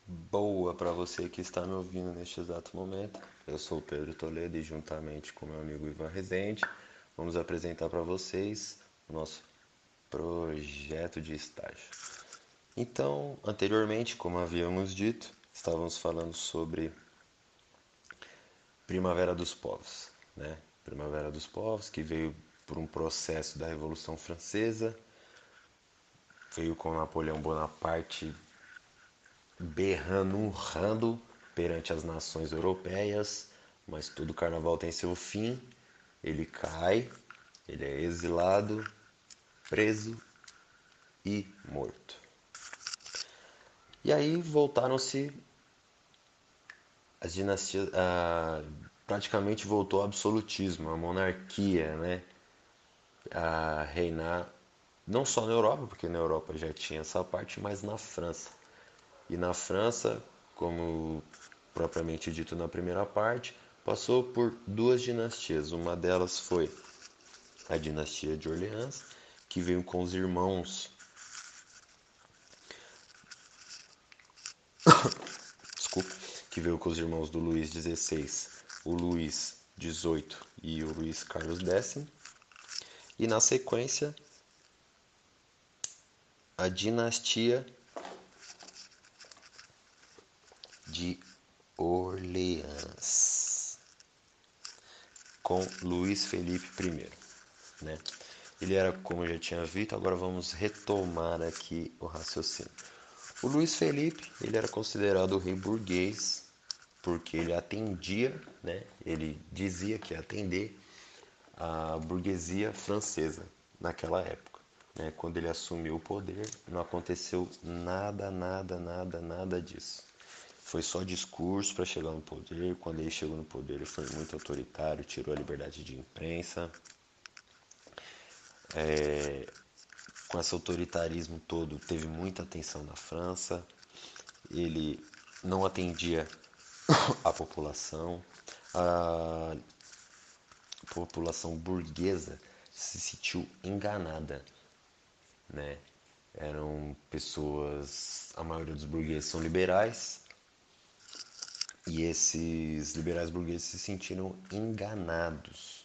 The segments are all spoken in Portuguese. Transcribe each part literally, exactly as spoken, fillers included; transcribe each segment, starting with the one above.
boa para você que está me ouvindo neste exato momento. Eu sou o Pedro Toledo e juntamente com meu amigo Ivan Rezende, vamos apresentar para vocês o nosso projeto de estágio. Então, anteriormente, como havíamos dito, estávamos falando sobre Primavera dos Povos, né? Primavera dos Povos, que veio por um processo da Revolução Francesa, veio com Napoleão Bonaparte berrando, urrando perante as nações europeias, mas todo carnaval tem seu fim. Ele cai, ele é exilado, preso e morto. E aí voltaram-se as dinastias, ah, praticamente voltou ao absolutismo, a monarquia, né, a reinar não só na Europa, porque na Europa já tinha essa parte, mas na França. E na França, como propriamente dito na primeira parte, passou por duas dinastias. Uma delas foi a dinastia de Orleans, que veio com os irmãos, desculpa, que veio com os irmãos do Luís dezesseis, o Luís dezoito e o Luís Carlos X. E na sequência, a dinastia de Orleans, com Luís Felipe I, né? Ele era, como eu já tinha visto, agora vamos retomar aqui o raciocínio. O Luís Felipe, ele era considerado o rei burguês, porque ele atendia, né? Ele dizia que ia atender a burguesia francesa naquela época. Né? Quando ele assumiu o poder, não aconteceu nada, nada, nada, nada disso. Foi só discurso para chegar no poder. Quando ele chegou no poder, ele foi muito autoritário, tirou a liberdade de imprensa. Com esse autoritarismo todo, teve muita atenção na França. Ele não atendia a população. A população burguesa se sentiu enganada, né? Eram pessoas, a maioria dos burgueses são liberais, e esses liberais burgueses se sentiram enganados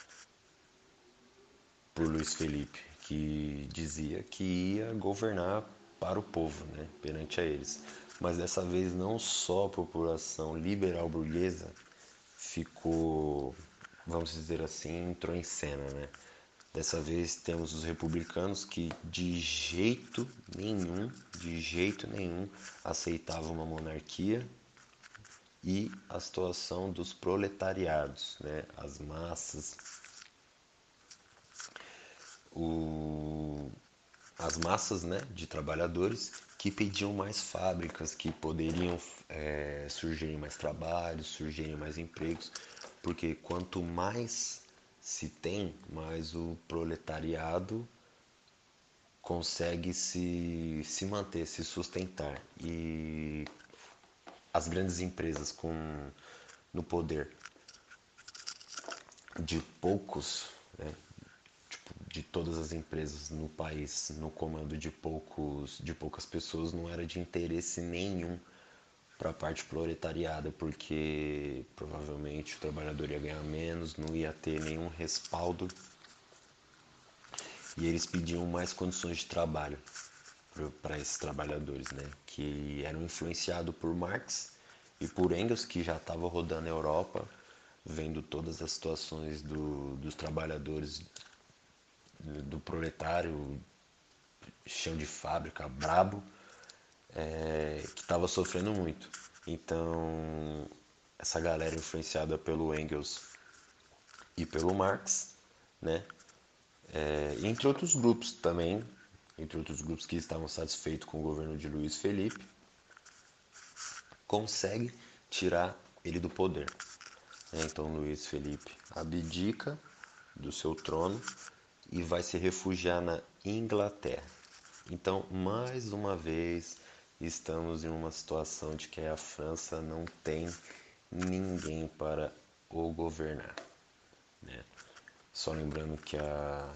por Luiz Felipe, que dizia que ia governar para o povo, né, perante a eles. Mas dessa vez não só a população liberal burguesa ficou, vamos dizer assim, entrou em cena, né? Dessa vez temos os republicanos que de jeito nenhum, de jeito nenhum aceitavam uma monarquia, e a situação dos proletariados, né? As massas, o, as massas, né, de trabalhadores que pediam mais fábricas, que poderiam é, surgirem mais trabalhos, surgirem mais empregos, porque quanto mais se tem, mais o proletariado consegue se, se manter, se sustentar. E as grandes empresas com no poder de poucos, né, tipo, de todas as empresas no país, no comando de poucos, de poucas pessoas, não era de interesse nenhum para a parte proletariada, porque provavelmente o trabalhador ia ganhar menos, não ia ter nenhum respaldo, e eles pediam mais condições de trabalho para esses trabalhadores, né, que eram influenciados por Marx e por Engels, que já estava rodando a Europa, vendo todas as situações do, dos trabalhadores, do proletário, chão de fábrica, brabo, é, que estava sofrendo muito. Então, essa galera influenciada pelo Engels e pelo Marx, né, é, entre outros grupos também, entre outros grupos que estavam satisfeitos com o governo de Luiz Felipe, consegue tirar ele do poder. Então Luiz Felipe abdica do seu trono e vai se refugiar na Inglaterra. Então, mais uma vez, estamos em uma situação de que a França não tem ninguém para o governar, né? Só lembrando que, a,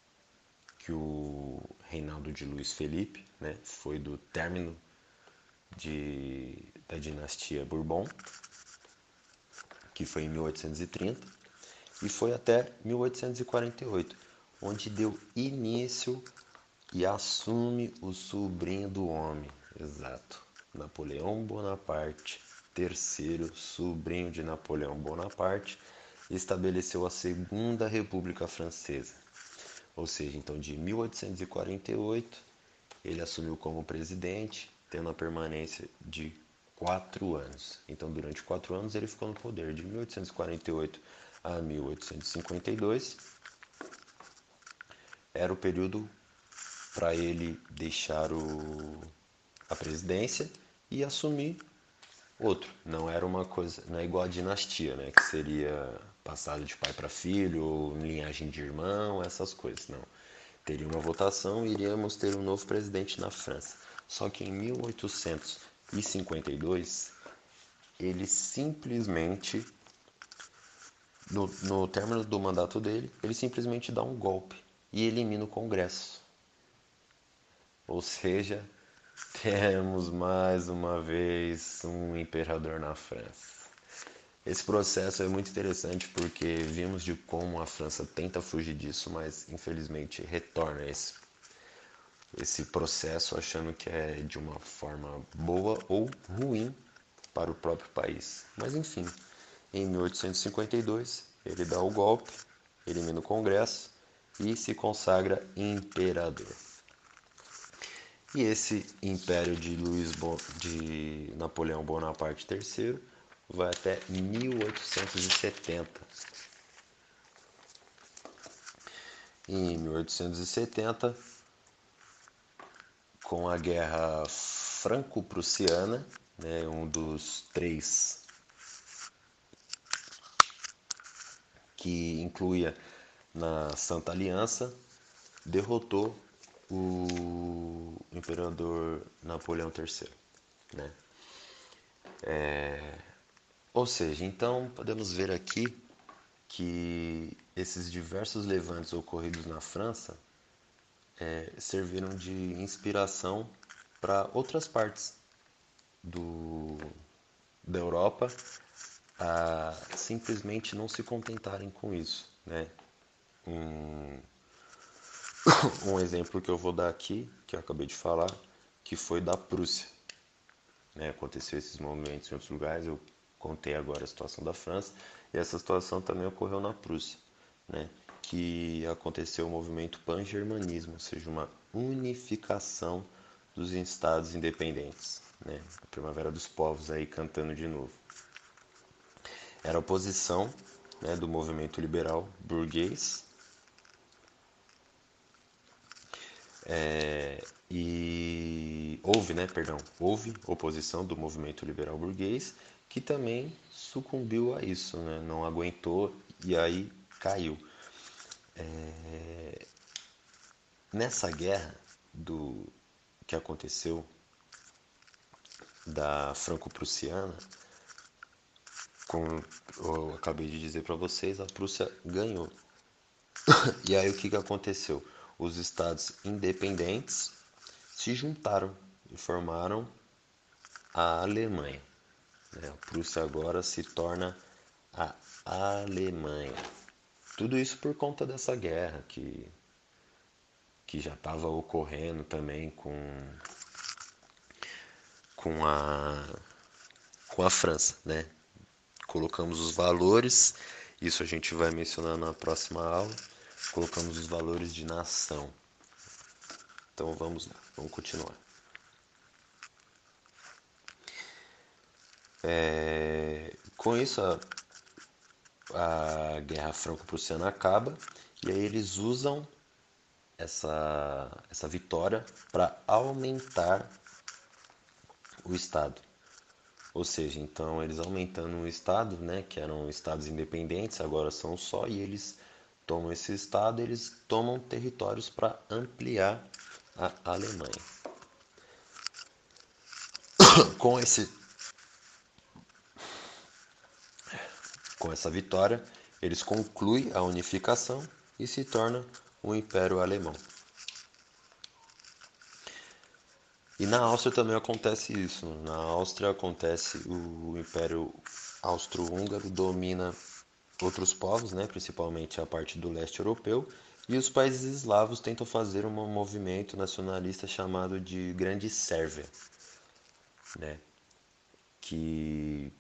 que o reinado de Luiz Felipe, né, foi do término de, da dinastia Bourbon, que foi em mil oitocentos e trinta, e foi até mil oitocentos e quarenta e oito, onde deu início e assume o sobrinho do homem, exato, Napoleão Bonaparte terceiro, sobrinho de Napoleão Bonaparte, estabeleceu a Segunda República Francesa. Ou seja, então de mil oitocentos e quarenta e oito ele assumiu como presidente, tendo a permanência de quatro anos. Então, durante quatro anos ele ficou no poder, de mil oitocentos e quarenta e oito a mil oitocentos e cinquenta e dois. Era o período para ele deixar o, a presidência e assumir outro. Não era uma coisa, não é igual a dinastia, né, que seria passado de pai para filho, ou linhagem de irmão, essas coisas. Não. Teria uma votação e iríamos ter um novo presidente na França. Só que em mil oitocentos e cinquenta e dois, ele simplesmente, no, no término do mandato dele, ele simplesmente dá um golpe e elimina o Congresso. Ou seja, temos mais uma vez um imperador na França. Esse processo é muito interessante porque vimos de como a França tenta fugir disso, mas infelizmente retorna a esse, esse processo achando que é de uma forma boa ou ruim para o próprio país. Mas enfim, em mil oitocentos e cinquenta e dois ele dá o golpe, elimina o Congresso e se consagra imperador. E esse império de, Luiz Bo... de Napoleão Bonaparte terceiro vai até mil oitocentos e setenta. Em mil oitocentos e setenta, com a Guerra Franco-Prussiana, né, um dos três que incluía na Santa Aliança, derrotou o imperador Napoleão terceiro, né? É... Ou seja, então podemos ver aqui que esses diversos levantes ocorridos na França é, serviram de inspiração para outras partes do, da Europa a simplesmente não se contentarem com isso, né? Um, um exemplo que eu vou dar aqui, que eu acabei de falar, que foi da Prússia, né? Aconteceu esses movimentos em outros lugares, eu contei agora a situação da França, e essa situação também ocorreu na Prússia, né? Que aconteceu o movimento pan-germanismo, ou seja, uma unificação dos estados independentes, né? A Primavera dos Povos aí cantando de novo. Era a oposição, né, do movimento liberal burguês, é, e houve, né, perdão, houve oposição do movimento liberal burguês que também sucumbiu a isso, né, não aguentou e aí caiu. É, nessa guerra do que aconteceu da Franco-Prussiana, como eu acabei de dizer para vocês, a Prússia ganhou. E aí o que, que aconteceu? Os estados independentes se juntaram e formaram a Alemanha, né? A Prússia agora se torna a Alemanha. Tudo isso por conta dessa guerra que, que já estava ocorrendo também com, com, a, com a França, né? Colocamos os valores, isso a gente vai mencionar na próxima aula, colocamos os valores de nação. Então vamos lá, vamos continuar. É, com isso a, a Guerra Franco-Prussiana acaba e aí eles usam essa, essa vitória para aumentar o Estado. Ou seja, então eles aumentando o Estado, né, que eram estados independentes, agora são só, e eles tomam esse Estado, eles tomam territórios para ampliar a Alemanha. Com, esse, com essa vitória, eles concluem a unificação e se torna o Império Alemão. E na Áustria também acontece isso. Na Áustria acontece o Império Austro-Húngaro domina outros povos, né, principalmente a parte do leste europeu, e os países eslavos tentam fazer um movimento nacionalista chamado de Grande Sérvia, né, que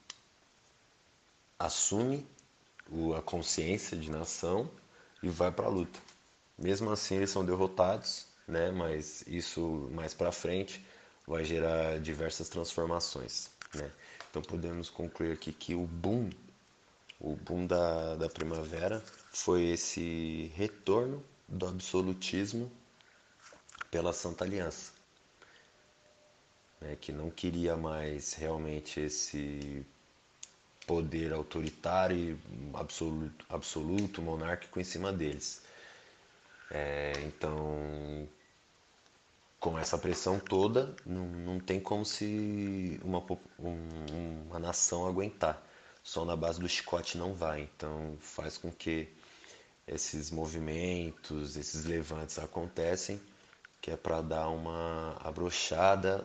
assume o- a consciência de nação e vai para a luta. Mesmo assim, eles são derrotados, né? Mas isso mais para frente vai gerar diversas transformações, né? Então podemos concluir aqui que o boom, o boom da, da primavera foi esse retorno do absolutismo pela Santa Aliança, né? Que não queria mais realmente esse poder autoritário e absoluto, absoluto monárquico em cima deles. É, então, com essa pressão toda, não, não tem como se uma, um, uma nação aguentar. Só na base do chicote não vai. Então faz com que esses movimentos, esses levantes acontecem, que é para dar uma abrochada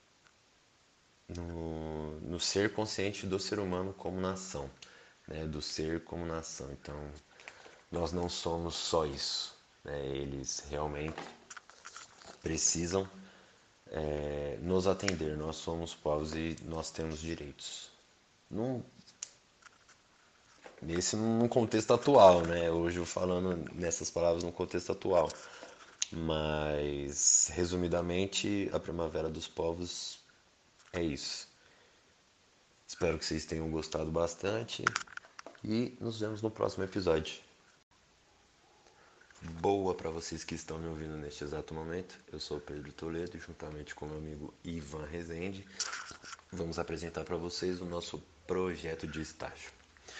no, no ser consciente do ser humano como nação, né? Do ser como nação. Então nós não somos só isso, né? Eles realmente precisam é, nos atender. Nós somos povos e nós temos direitos. Num, nesse num contexto atual, né? Hoje eu falando nessas palavras num contexto atual. Mas, resumidamente, a Primavera dos Povos é isso. Espero que vocês tenham gostado bastante e nos vemos no próximo episódio. Boa para vocês que estão me ouvindo neste exato momento. Eu sou o Pedro Toledo, juntamente com meu amigo Ivan Rezende, vamos apresentar para vocês o nosso projeto de estágio.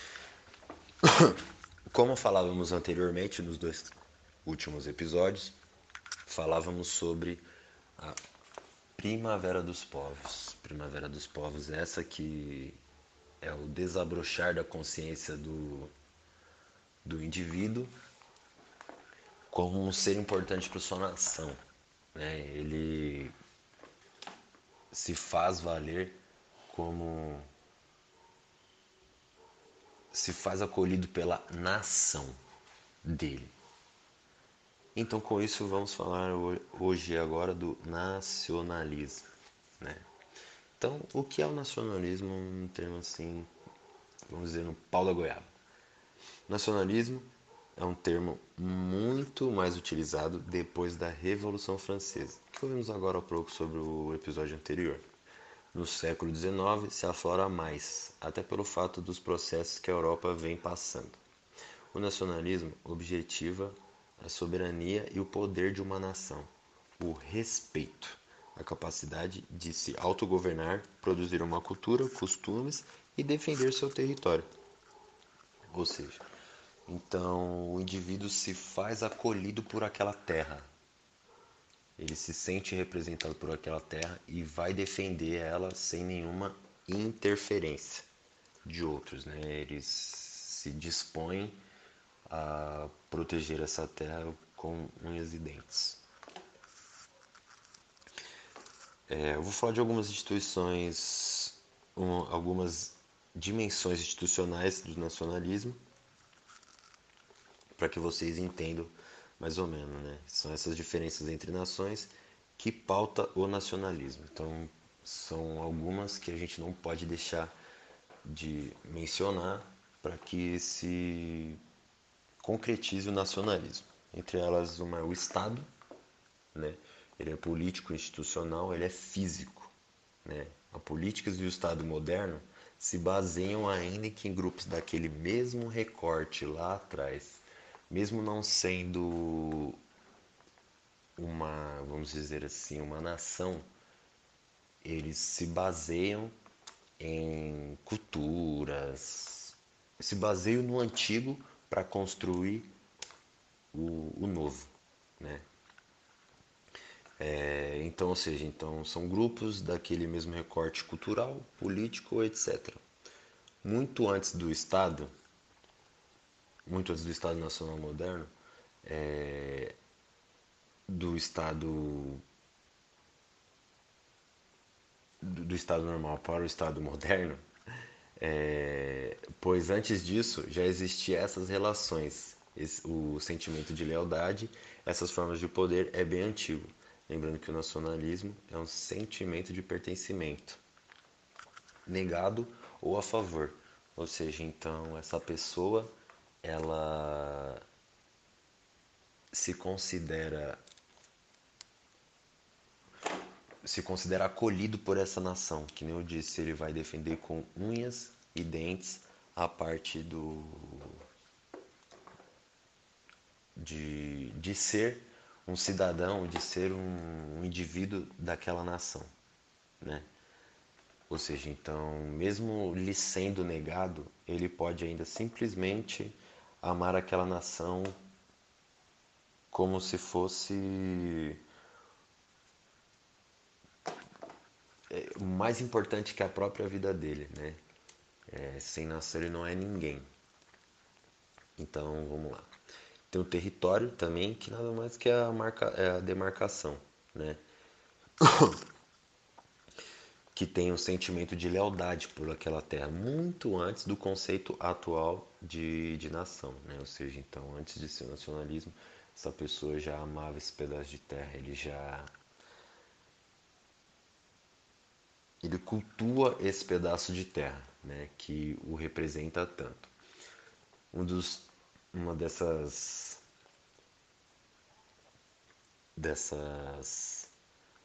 Como falávamos anteriormente nos dois últimos episódios, falávamos sobre a Primavera dos Povos. Primavera dos Povos, essa que é o desabrochar da consciência do, do indivíduo como um ser importante para sua nação, né? Ele se faz valer como se faz acolhido pela nação dele. Então, com isso, vamos falar hoje e agora do nacionalismo, né? Então, o que é o nacionalismo, um termo assim, vamos dizer, no pau da goiaba? Nacionalismo é um termo muito mais utilizado depois da Revolução Francesa, que ouvimos agora há pouco sobre o episódio anterior. No século dezenove se aflora mais, até pelo fato dos processos que a Europa vem passando. O nacionalismo objetiva a soberania e o poder de uma nação, o respeito, a capacidade de se autogovernar, produzir uma cultura, costumes e defender seu território. Ou seja, então o indivíduo se faz acolhido por aquela terra. Ele se sente representado por aquela terra e vai defender ela sem nenhuma interferência de outros, né? Eles se dispõem a proteger essa terra com unhas e dentes. É, eu vou falar de algumas instituições, um, algumas dimensões institucionais do nacionalismo, para que vocês entendam mais ou menos, né? São essas diferenças entre nações que pauta o nacionalismo. Então, são algumas que a gente não pode deixar de mencionar para que se concretize o nacionalismo. Entre elas, uma é o Estado, né? Ele é político, institucional, ele é físico, né? As políticas do Estado moderno se baseiam ainda em que em grupos daquele mesmo recorte lá atrás, mesmo não sendo uma, vamos dizer assim, uma nação, eles se baseiam em culturas, se baseiam no antigo para construir o, o novo, né? É, então, ou seja, então são grupos daquele mesmo recorte cultural, político, etcétera. Muito antes do Estado, muito antes do Estado Nacional moderno, é, do Estado do estado normal para o estado moderno, é, pois antes disso já existiam essas relações. Esse, o sentimento de lealdade, essas formas de poder é bem antigo. Lembrando que o nacionalismo é um sentimento de pertencimento, negado ou a favor. Ou seja, então essa pessoa ela se considera se considera acolhido por essa nação, que nem eu disse, ele vai defender com unhas e dentes a parte do de, de ser um cidadão, de ser um, um indivíduo daquela nação, né? Ou seja, então, mesmo lhe sendo negado, ele pode ainda simplesmente amar aquela nação como se fosse mais importante que a própria vida dele, né? É, sem nação ele não é ninguém. Então, vamos lá. Tem o território também, que nada mais que a, marca, é a demarcação, né? Que tem um sentimento de lealdade por aquela terra, muito antes do conceito atual de, de nação, né? Ou seja, então, antes de ser nacionalismo, essa pessoa já amava esse pedaço de terra, ele já ele cultua esse pedaço de terra, né, que o representa tanto. Um dos, uma dessas dessas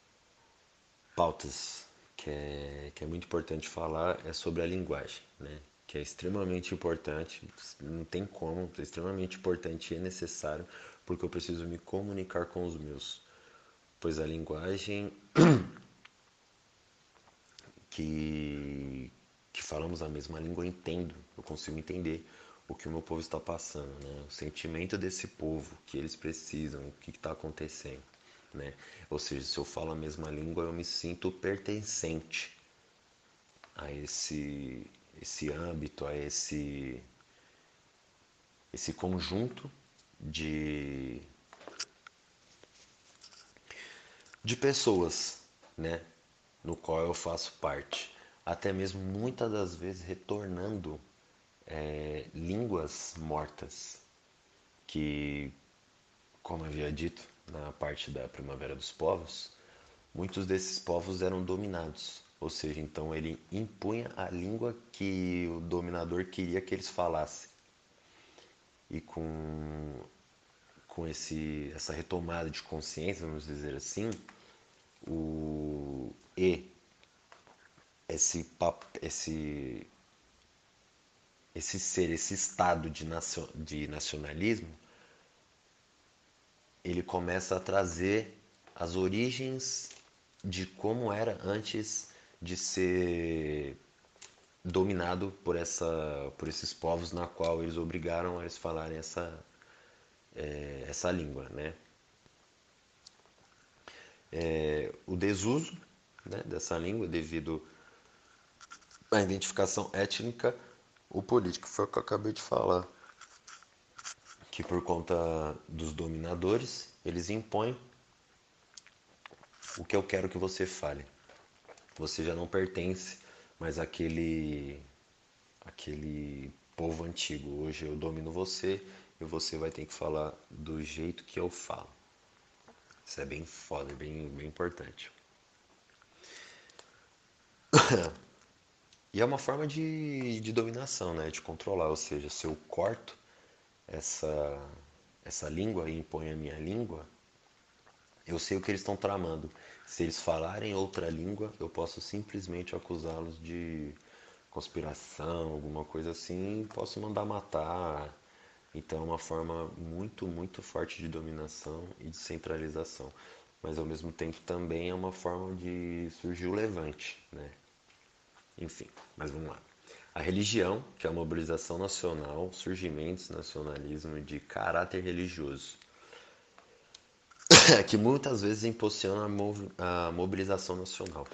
pautas que é, que é muito importante falar é sobre a linguagem, né, que é extremamente importante, não tem como, é extremamente importante e é necessário, porque eu preciso me comunicar com os meus, pois a linguagem que, que falamos a mesma língua, eu entendo, eu consigo entender o que o meu povo está passando, né? O sentimento desse povo, que eles precisam, o que está acontecendo, né? Ou seja, se eu falo a mesma língua, eu me sinto pertencente a esse, esse âmbito, a esse, esse conjunto de, de pessoas, né? No qual eu faço parte. Até mesmo muitas das vezes retornando é, línguas mortas, que, como havia dito na parte da Primavera dos Povos, muitos desses povos eram dominados, ou seja, então ele impunha a língua que o dominador queria que eles falassem. E com, com esse, essa retomada de consciência, vamos dizer assim, o E, esse, esse, esse ser, esse estado de, nacio, de nacionalismo, ele começa a trazer as origens de como era antes de ser dominado por, essa, por esses povos na qual eles obrigaram a eles falarem essa, é, essa língua, né? É, o desuso, né, dessa língua devido à identificação étnica ou política, foi o que eu acabei de falar, que por conta dos dominadores, eles impõem o que eu quero que você fale. Você já não pertence mais àquele, àquele povo antigo. Hoje eu domino você e você vai ter que falar do jeito que eu falo. Isso é bem foda, bem, bem importante. E é uma forma de, de dominação, né? De controlar. Ou seja, se eu corto essa, essa língua e imponho a minha língua, eu sei o que eles estão tramando. Se eles falarem outra língua, eu posso simplesmente acusá-los de conspiração, alguma coisa assim, e posso mandar matar. Então é uma forma muito, muito forte de dominação e de centralização. Mas ao mesmo tempo também é uma forma de surgir o levante, né? Enfim, mas vamos lá. A religião, que é a mobilização nacional, surgimentos, nacionalismo de caráter religioso. Que muitas vezes impulsiona a mobilização nacional.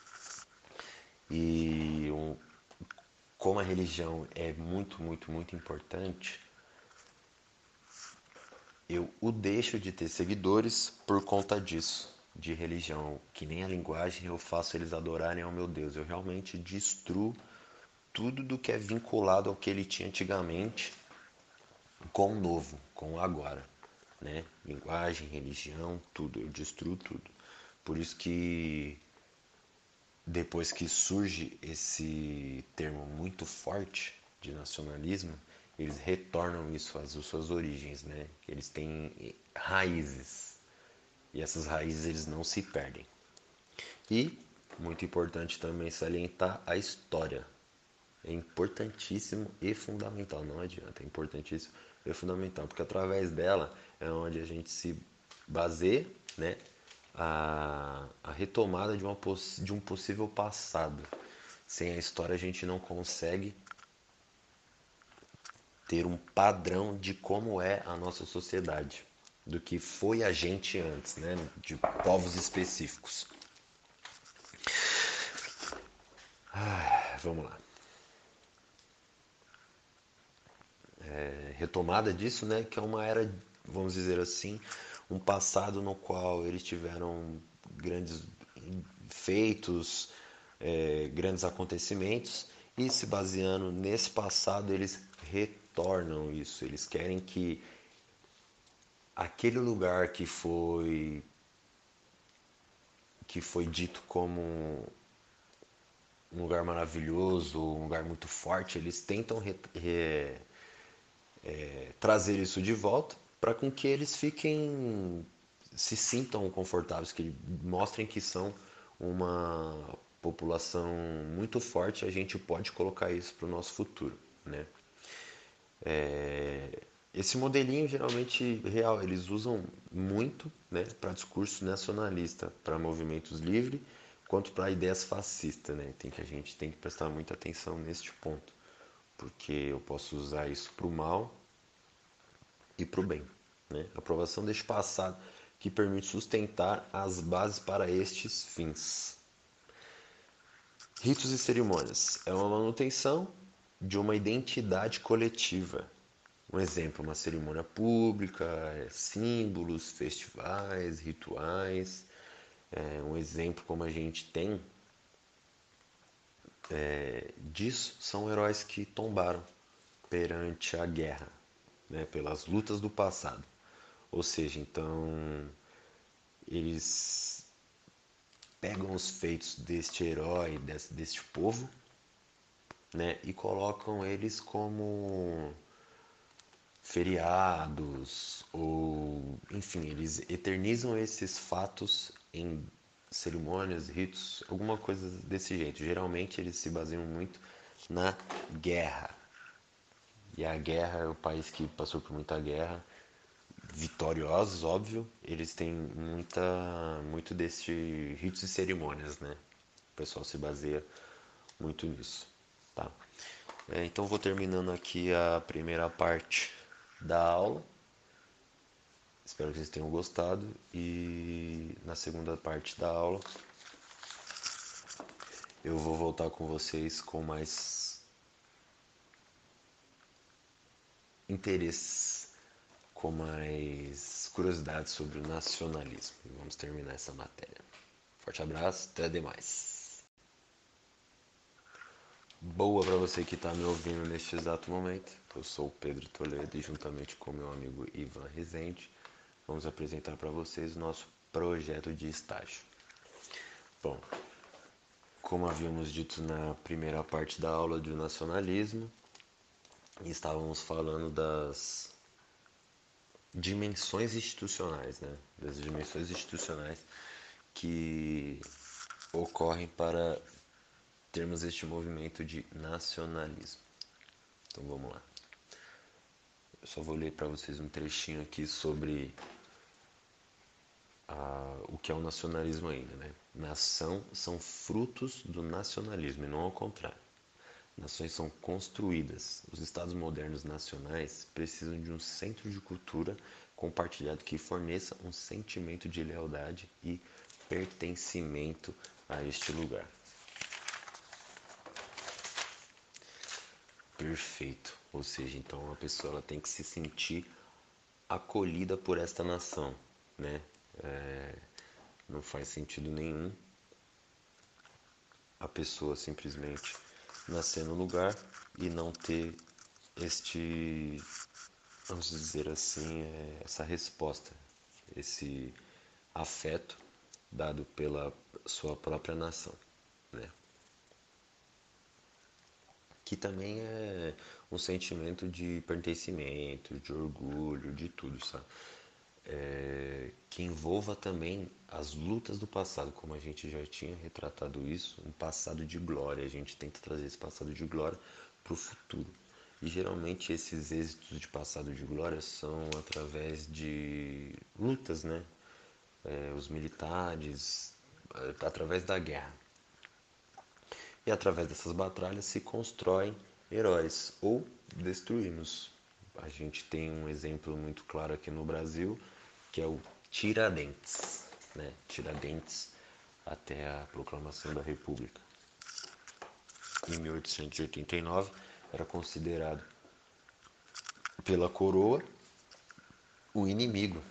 E um, como a religião é muito, muito, muito importante, eu o deixo de ter seguidores por conta disso. de religião, que nem a linguagem, eu faço eles adorarem ao meu Deus. Eu realmente destruo tudo do que é vinculado ao que ele tinha antigamente com o novo, com o agora, né? Linguagem, religião, tudo, eu destruo tudo. Por isso que depois que surge esse termo muito forte de nacionalismo, eles retornam isso às suas origens, né? Eles têm raízes e essas raízes eles não se perdem. E muito importante também salientar a história. É importantíssimo e fundamental, não adianta, é importantíssimo e fundamental, porque através dela é onde a gente se baseia, né, a, a retomada de, uma, de um possível passado. Sem a história a gente não consegue ter um padrão de como é a nossa sociedade, do que foi a gente antes, né, de povos específicos. Ah, vamos lá. É, retomada disso, né, que é uma era, vamos dizer assim, um passado no qual eles tiveram grandes feitos, é, grandes acontecimentos, e se baseando nesse passado, eles retornam isso. Eles querem que aquele lugar que foi que foi dito como um lugar maravilhoso, um lugar muito forte, eles tentam re, re, é, trazer isso de volta para com que eles fiquem se sintam confortáveis, que mostrem que são uma população muito forte, a gente pode colocar isso para o nosso futuro, né? É, esse modelinho geralmente real, eles usam muito, né, para discurso nacionalista, para movimentos livres, quanto para ideias fascistas, né? Tem que a gente tem que prestar muita atenção neste ponto, porque eu posso usar isso para o mal e para o bem, né? A aprovação deste passado que permite sustentar as bases para estes fins. Ritos e cerimônias é uma manutenção de uma identidade coletiva. Um exemplo, uma cerimônia pública, é, símbolos, festivais, rituais. É, um exemplo como a gente tem é, disso são heróis que tombaram perante a guerra, né, pelas lutas do passado. Ou seja, então eles pegam os feitos deste herói, desse, deste povo, né, e colocam eles como feriados ou, enfim, eles eternizam esses fatos em cerimônias, ritos, alguma coisa desse jeito. Geralmente eles se baseiam muito na guerra. E a guerra é o país que passou por muita guerra, vitoriosos, óbvio, eles têm muita muito desse ritos e cerimônias, né? O pessoal se baseia muito nisso, tá? É, então vou terminando aqui a primeira parte da aula. Espero que vocês tenham gostado e na segunda parte da aula eu vou voltar com vocês com mais interesse, com mais curiosidades sobre o nacionalismo. E vamos terminar essa matéria. Forte abraço, até demais. Boa para você que está me ouvindo neste exato momento. Eu sou o Pedro Toledo e juntamente com meu amigo Ivan Rezende vamos apresentar para vocês o nosso projeto de estágio. Bom, como havíamos dito na primeira parte da aula do nacionalismo, estávamos falando das dimensões institucionais, né? Das dimensões institucionais que ocorrem para termos este movimento de nacionalismo. Então vamos lá. Eu só vou ler para vocês um trechinho aqui sobre a, o que é o nacionalismo ainda, né? Nação são frutos do nacionalismo e não ao contrário. Nações são construídas. Os estados modernos nacionais precisam de um centro de cultura compartilhado que forneça um sentimento de lealdade e pertencimento a este lugar. Perfeito. Ou seja, então a pessoa ela tem que se sentir acolhida por esta nação, né? É, Não faz sentido nenhum a pessoa simplesmente nascer no lugar e não ter este, vamos dizer assim, é, essa resposta, esse afeto dado pela sua própria nação, né? Que também é um sentimento de pertencimento, de orgulho, de tudo, sabe? É, que envolva também as lutas do passado, como a gente já tinha retratado isso, um passado de glória. A gente tenta trazer esse passado de glória para o futuro. E geralmente esses êxitos de passado de glória são através de lutas, né? É, os militares, é, através da guerra. E através dessas batalhas se constroem heróis ou destruímos. A gente tem um exemplo muito claro aqui no Brasil, que é o Tiradentes, né? Tiradentes até a proclamação da República. Em mil oitocentos e oitenta e nove era considerado pela coroa o inimigo,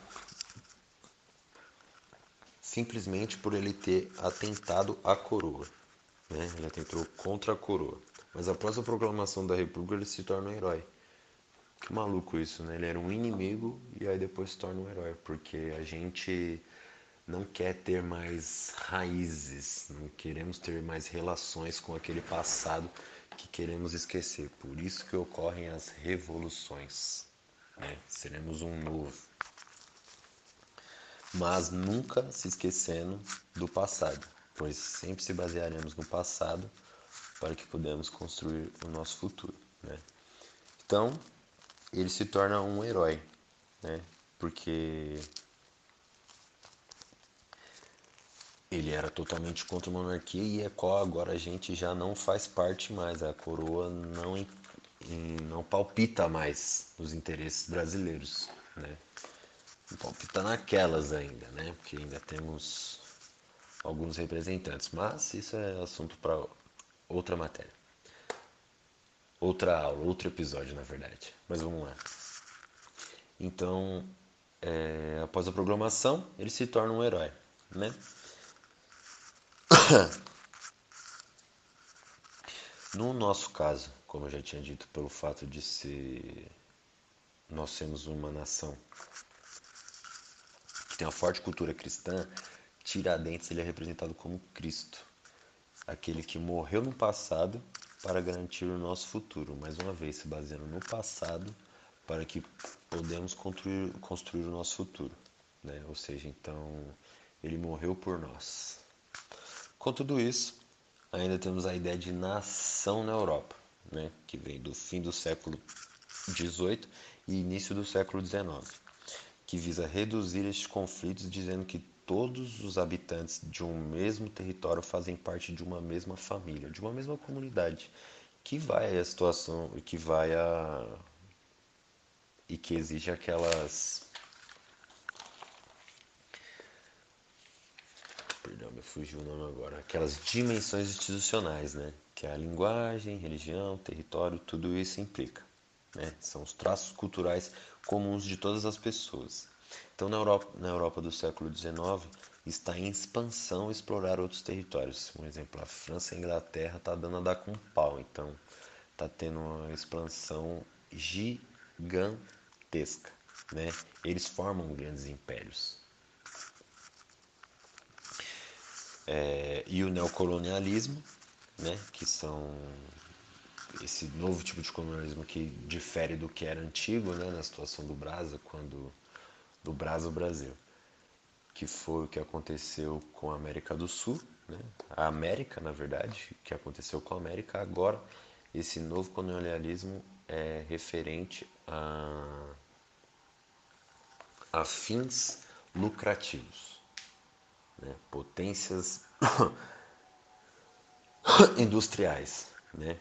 simplesmente por ele ter atentado à coroa, né? Ele atentou contra a coroa. Mas após a proclamação da República ele se torna um herói. Que maluco isso, né? Ele era um inimigo e aí depois se torna um herói, porque a gente não quer ter mais raízes, não queremos ter mais relações com aquele passado que queremos esquecer. Por isso que ocorrem as revoluções, né? Seremos um novo, mas nunca se esquecendo do passado, pois sempre se basearemos no passado para que podamos construir o nosso futuro, né? Então, ele se torna um herói, né? Porque ele era totalmente contra a monarquia e é qual agora a gente já não faz parte mais. A coroa não, não palpita mais nos interesses brasileiros, né? Não palpita naquelas ainda, né? Porque ainda temos alguns representantes, mas isso é assunto para outra matéria. Outra aula, outro episódio, na verdade. Mas vamos lá. Então, é, após a proclamação, ele se torna um herói, né? No nosso caso, como eu já tinha dito, pelo fato de ser nós sermos uma nação que tem uma forte cultura cristã, Tiradentes ele é representado como Cristo, aquele que morreu no passado para garantir o nosso futuro, mais uma vez se baseando no passado para que podemos construir, construir o nosso futuro, né? Ou seja, então ele morreu por nós. Com tudo isso, ainda temos a ideia de nação na Europa, né? Que vem do fim do século dezoito e início do século dezenove, que visa reduzir estes conflitos dizendo que todos os habitantes de um mesmo território fazem parte de uma mesma família, de uma mesma comunidade, que vai a situação, que vai a e que exige aquelas, perdão, me fugiu o nome agora, aquelas dimensões institucionais, né? Que é a linguagem, religião, território, tudo isso implica, né? São os traços culturais comuns de todas as pessoas. Então, na Europa, na Europa do século dezenove, está em expansão explorar outros territórios. Por exemplo, a França e a Inglaterra está dando a dar com pau, então está tendo uma expansão gigantesca, né? Eles formam grandes impérios. É, e o neocolonialismo, né? Que são esse novo tipo de colonialismo que difere do que era antigo, né? Na situação do Brasa, quando do Brasa Brasil, que foi o que aconteceu com a América do Sul, né? A América, na verdade, que aconteceu com a América. Agora, esse novo colonialismo é referente a, a fins lucrativos, né? Potências industriais, né?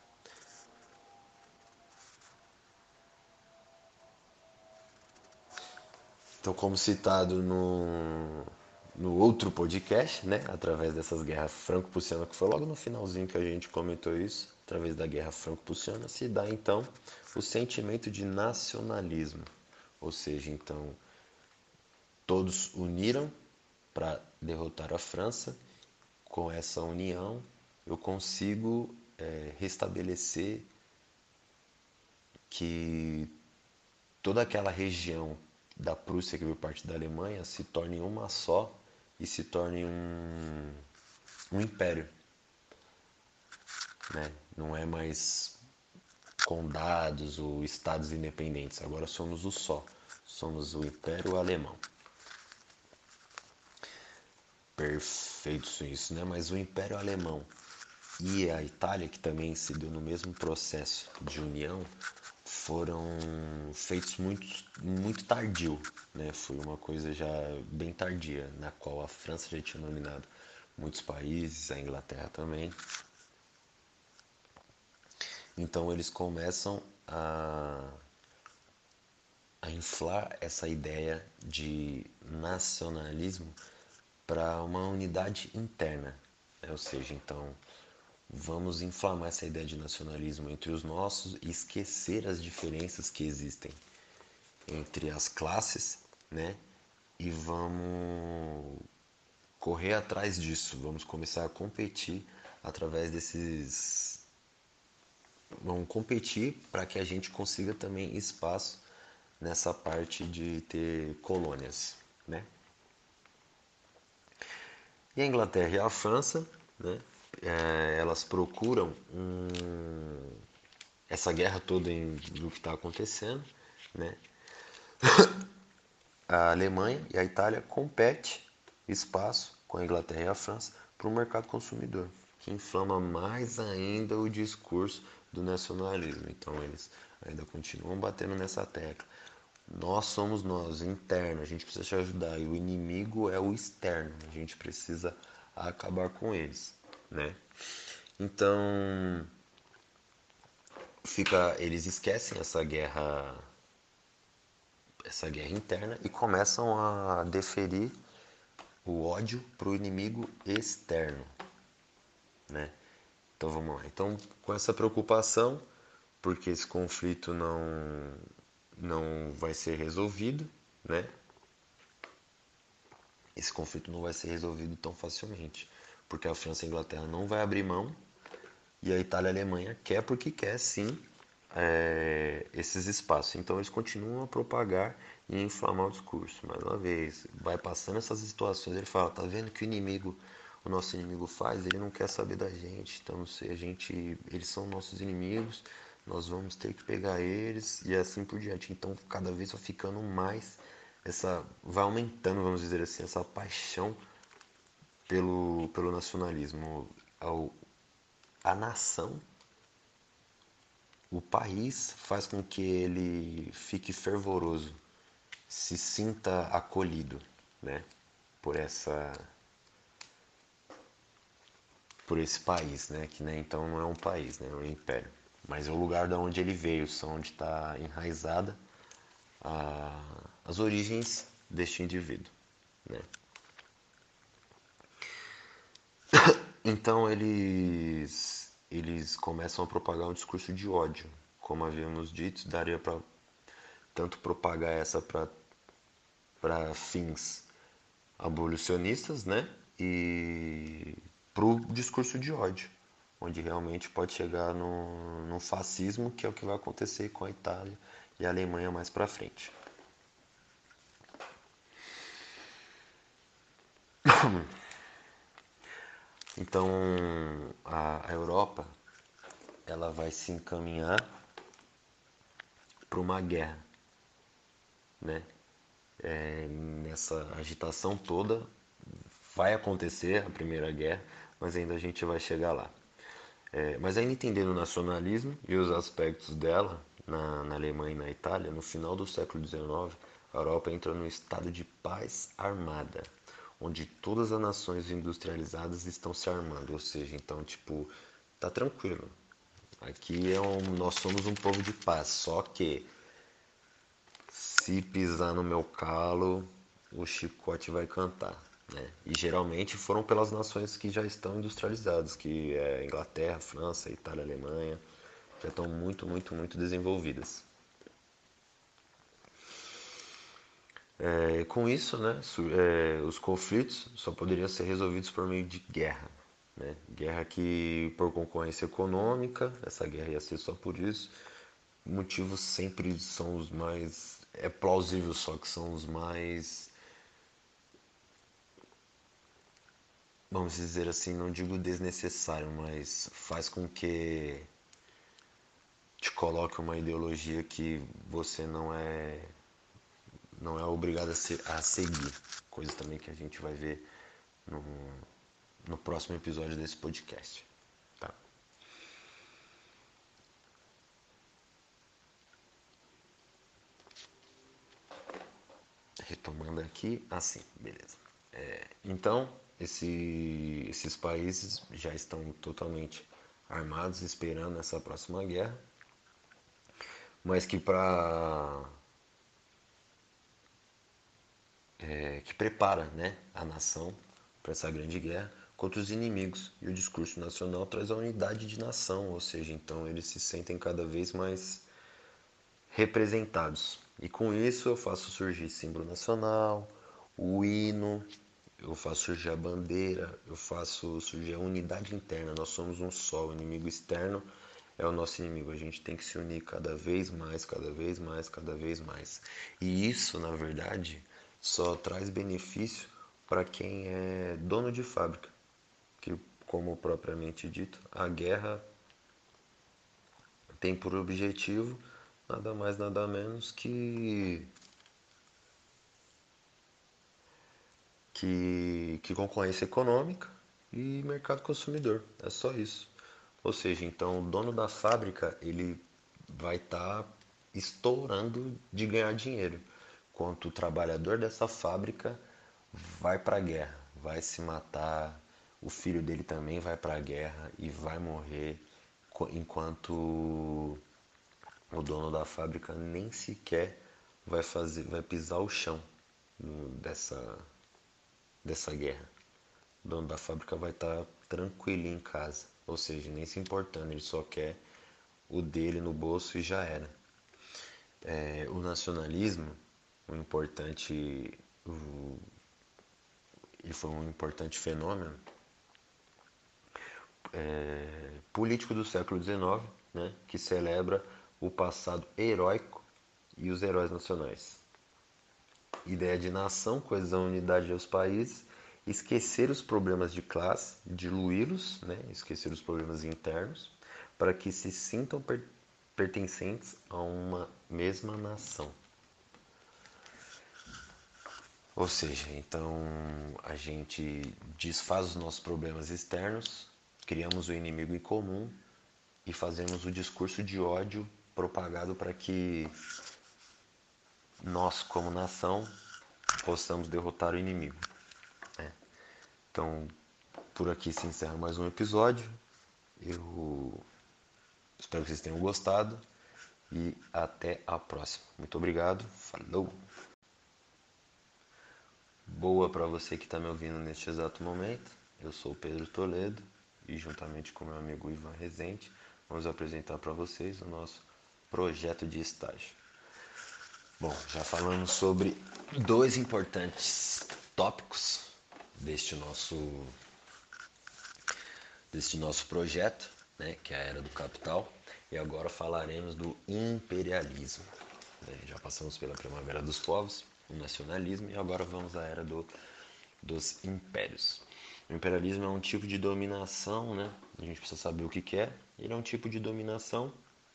Então, como citado no, no outro podcast, né, através dessas guerras franco-prussianas, que foi logo no finalzinho que a gente comentou isso, através da guerra franco-prussiana, se dá então o sentimento de nacionalismo, ou seja, então todos uniram para derrotar a França. Com essa união, eu consigo é, restabelecer que toda aquela região da Prússia que veio parte da Alemanha se torne uma só e se torne um, um império, né? Não é mais condados ou estados independentes, agora somos o só, somos o Império Alemão. Perfeito isso, né? Mas o Império Alemão e a Itália, que também se deu no mesmo processo de união, foram feitos muito, muito tardio, né? Foi uma coisa já bem tardia, na qual a França já tinha dominado muitos países, a Inglaterra também. Então eles começam a, a inflar essa ideia de nacionalismo para uma unidade interna, né? Ou seja, então vamos inflamar essa ideia de nacionalismo entre os nossos e esquecer as diferenças que existem entre as classes, né? E vamos correr atrás disso, vamos começar a competir através desses. Vamos competir para que a gente consiga também espaço nessa parte de ter colônias, né? E a Inglaterra e a França, né? É, elas procuram um, essa guerra toda em, do que está acontecendo, né? A Alemanha e a Itália competem espaço com a Inglaterra e a França para o mercado consumidor, que inflama mais ainda o discurso do nacionalismo. Então eles ainda continuam batendo nessa tecla. Nós somos nós, interno, a gente precisa te ajudar, e o inimigo é o externo, a gente precisa acabar com eles, né? Então, fica, eles esquecem essa guerra, essa guerra interna e começam a deferir o ódio para o inimigo externo, né? Então vamos lá. Então, com essa preocupação, porque esse conflito não não vai ser resolvido, né? Esse conflito não vai ser resolvido tão facilmente, porque a França e a Inglaterra não vai abrir mão e a Itália e a Alemanha quer porque quer sim é, esses espaços. Então eles continuam a propagar e inflamar o discurso. Mais uma vez, vai passando essas situações, ele fala, tá vendo que o inimigo, o nosso inimigo faz? Ele não quer saber da gente. Então se a gente, eles são nossos inimigos, nós vamos ter que pegar eles e assim por diante. Então cada vez vai ficando mais essa, vai aumentando, vamos dizer assim, essa paixão pelo, pelo nacionalismo. Ao, a nação, o país faz com que ele fique fervoroso, se sinta acolhido, né, por essa, por esse país, né, que né, então não é um país, né, é um império, mas é o lugar de onde ele veio, são onde está enraizada a, as origens deste indivíduo, né. Então eles eles começam a propagar um discurso de ódio, como havíamos dito, daria para tanto propagar essa para para fins abolicionistas, né? E para o discurso de ódio, onde realmente pode chegar no, no fascismo, que é o que vai acontecer com a Itália e a Alemanha mais para frente. Então a, a Europa ela vai se encaminhar para uma guerra, né? É, nessa agitação toda vai acontecer a Primeira Guerra, mas ainda a gente vai chegar lá. É, mas ainda entendendo o nacionalismo e os aspectos dela na, na Alemanha e na Itália, no final do século dezenove, a Europa entra num estado de paz armada, onde todas as nações industrializadas estão se armando, ou seja, então, tipo, tá tranquilo. Aqui é um, nós somos um povo de paz, só que se pisar no meu calo, o chicote vai cantar, né? E geralmente foram pelas nações que já estão industrializadas, que é Inglaterra, França, Itália, Alemanha, já estão muito, muito, muito desenvolvidas. É, com isso, né, su- é, os conflitos só poderiam ser resolvidos por meio de guerra, né? Guerra que, por concorrência econômica, essa guerra ia ser só por isso. Motivos sempre são os mais. É plausível, só que são os mais. Vamos dizer assim, não digo desnecessário, mas faz com que te coloque uma ideologia que você não é não é obrigado a, se, a seguir. Coisa também que a gente vai ver no, no próximo episódio desse podcast. Tá? Retomando aqui, assim, beleza. É, então, esse, esses países já estão totalmente armados, esperando essa próxima guerra, mas que para é, que prepara, né, a nação para essa grande guerra contra os inimigos. E o discurso nacional traz a unidade de nação, ou seja, então eles se sentem cada vez mais representados. E com isso eu faço surgir símbolo nacional, o hino, eu faço surgir a bandeira, eu faço surgir a unidade interna. Nós somos um só, o inimigo externo é o nosso inimigo. A gente tem que se unir cada vez mais, cada vez mais, cada vez mais. E isso, na verdade, só traz benefício para quem é dono de fábrica, que, como propriamente dito, a guerra tem por objetivo nada mais nada menos que que, que concorrência econômica e mercado consumidor. É só isso. Ou seja, então o dono da fábrica ele vai estar tá estourando de ganhar dinheiro, enquanto o trabalhador dessa fábrica vai para a guerra, vai se matar, o filho dele também vai para a guerra e vai morrer, enquanto o dono da fábrica nem sequer vai fazer, vai pisar o chão dessa dessa guerra. O dono da fábrica vai estar tranquilo em casa, ou seja, nem se importando, ele só quer o dele no bolso e já era. É, o nacionalismo, um importante, o, ele foi um importante fenômeno é, político do século dezenove, né, que celebra o passado heróico e os heróis nacionais. Ideia de nação, coesão, unidade aos países, esquecer os problemas de classe, diluí-los, né? Esquecer os problemas internos, para que se sintam per pertencentes a uma mesma nação. Ou seja, então a gente desfaz os nossos problemas externos, criamos o inimigo em comum e fazemos o discurso de ódio propagado para que nós, como nação, possamos derrotar o inimigo. Né? Então, por aqui se encerra mais um episódio. Eu espero que vocês tenham gostado e até a próxima. Muito obrigado. Falou! Boa para você que está me ouvindo neste exato momento. Eu sou o Pedro Toledo e, juntamente com meu amigo Ivan Rezende, vamos apresentar para vocês o nosso projeto de estágio. Bom, já falamos sobre dois importantes tópicos deste nosso deste nosso projeto, né, que é a Era do Capital, e agora falaremos do imperialismo. Né? Já passamos pela Primavera dos Povos, o nacionalismo, e agora vamos à Era do, dos Impérios. O imperialismo é um tipo de dominação, né? A gente precisa saber o que, que é. Ele é um tipo de dominação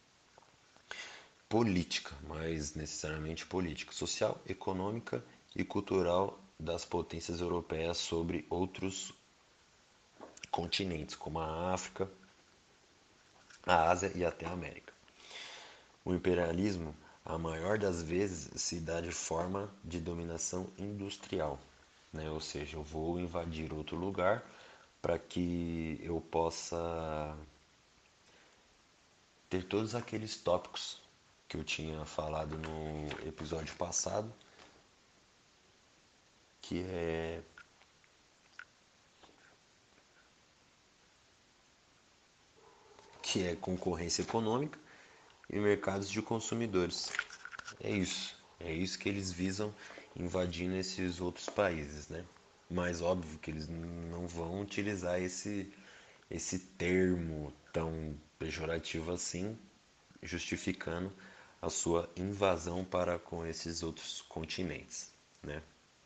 política, mas necessariamente política, social, econômica e cultural das potências europeias sobre outros continentes, como a África, a Ásia e até a América. O imperialismo, a maior das vezes, se dá de forma de dominação industrial, né? Ou seja, eu vou invadir outro lugar para que eu possa ter todos aqueles tópicos que eu tinha falado no episódio passado, que é que é concorrência econômica e mercados de consumidores. É isso, é isso que eles visam invadindo esses outros países, né? Mas óbvio que eles não vão utilizar esse, esse termo tão pejorativo assim, justificando a sua invasão para com esses outros continentes, né?